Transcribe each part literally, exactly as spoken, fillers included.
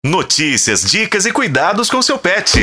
Notícias, dicas e cuidados com seu pet.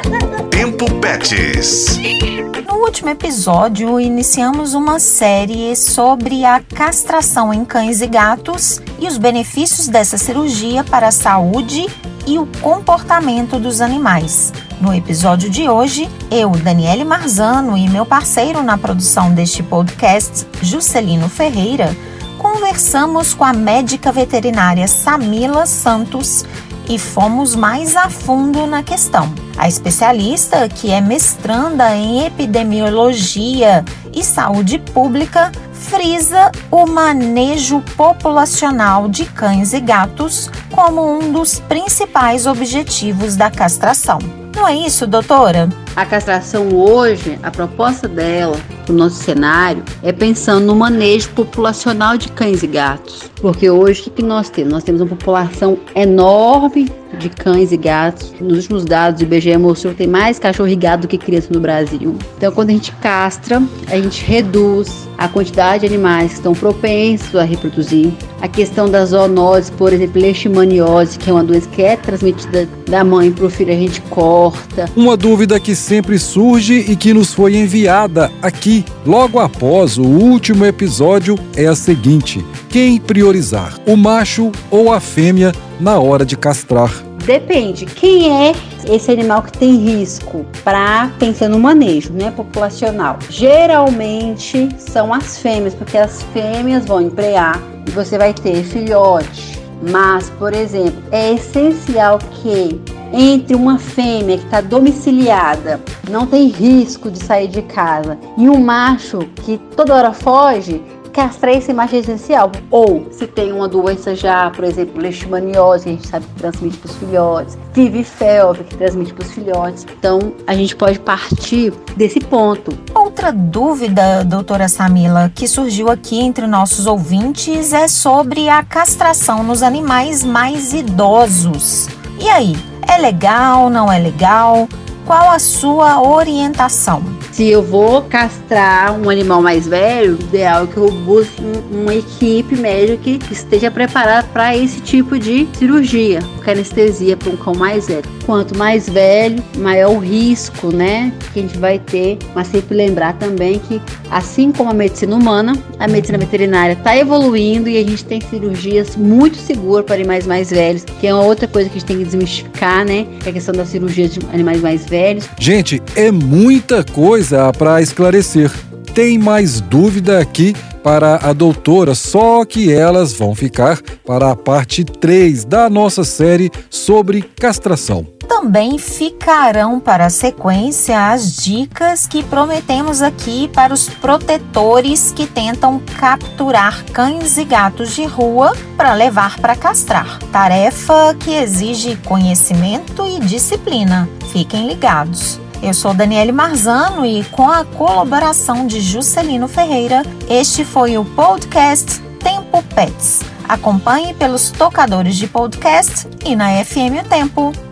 Tempo Pets. No último episódio, iniciamos uma série sobre a castração em cães e gatos e os benefícios dessa cirurgia para a saúde e o comportamento dos animais. No episódio de hoje, eu, Daniele Marzano, e meu parceiro na produção deste podcast, Juscelino Ferreira, conversamos com a médica veterinária Samila Santos e fomos mais a fundo na questão. A especialista, que é mestranda em epidemiologia e saúde pública, frisa o manejo populacional de cães e gatos como um dos principais objetivos da castração. Não é isso, doutora? A castração hoje, a proposta dela, no nosso cenário, é pensando no manejo populacional de cães e gatos. Porque hoje, o que nós temos? Nós temos uma população enorme de cães e gatos. Nos últimos dados, o I B G E mostrou que tem mais cachorro e gato do que criança no Brasil. Então, quando a gente castra, a gente reduz a quantidade de animais que estão propensos a reproduzir. A questão da zoonose, por exemplo, leishmaniose, que é uma doença que é transmitida da mãe para o filho, a gente corta. Uma dúvida que sempre surge e que nos foi enviada aqui, logo após o último episódio, é a seguinte: quem priorizar, o macho ou a fêmea na hora de castrar? Depende. Quem é esse animal que tem risco para pensar no manejo, né, populacional? Geralmente são as fêmeas, porque as fêmeas vão emprear e você vai ter filhote. Mas, por exemplo, é essencial que entre uma fêmea que está domiciliada, não tem risco de sair de casa, e um macho que toda hora foge, castrar esse macho é essencial. Ou se tem uma doença já, por exemplo, leishmaniose, que a gente sabe que transmite para os filhotes, F I V felve, que transmite para os filhotes. Então, a gente pode partir desse ponto. Outra dúvida, doutora Samila, que surgiu aqui entre nossos ouvintes é sobre a castração nos animais mais idosos. E aí, é legal, não é legal? Qual a sua orientação? Se eu vou castrar um animal mais velho, o ideal é que eu busque uma equipe médica que esteja preparada para esse tipo de cirurgia, porque anestesia para um cão mais velho. Quanto mais velho, maior o risco, né, que a gente vai ter. Mas sempre lembrar também que, assim como a medicina humana, a medicina veterinária está evoluindo e a gente tem cirurgias muito seguras para animais mais velhos, que é uma outra coisa que a gente tem que desmistificar, né, que é a questão da cirurgia de animais mais velhos. Gente, é muita coisa para esclarecer. Tem mais dúvida aqui para a doutora, só que elas vão ficar para a parte três da nossa série sobre castração. Também ficarão para a sequência as dicas que prometemos aqui para os protetores que tentam capturar cães e gatos de rua para levar para castrar. Tarefa que exige conhecimento e disciplina. Fiquem ligados. Eu sou Daniele Marzano e, com a colaboração de Juscelino Ferreira, este foi o podcast Tempo Pets. Acompanhe pelos tocadores de podcast e na F M O Tempo.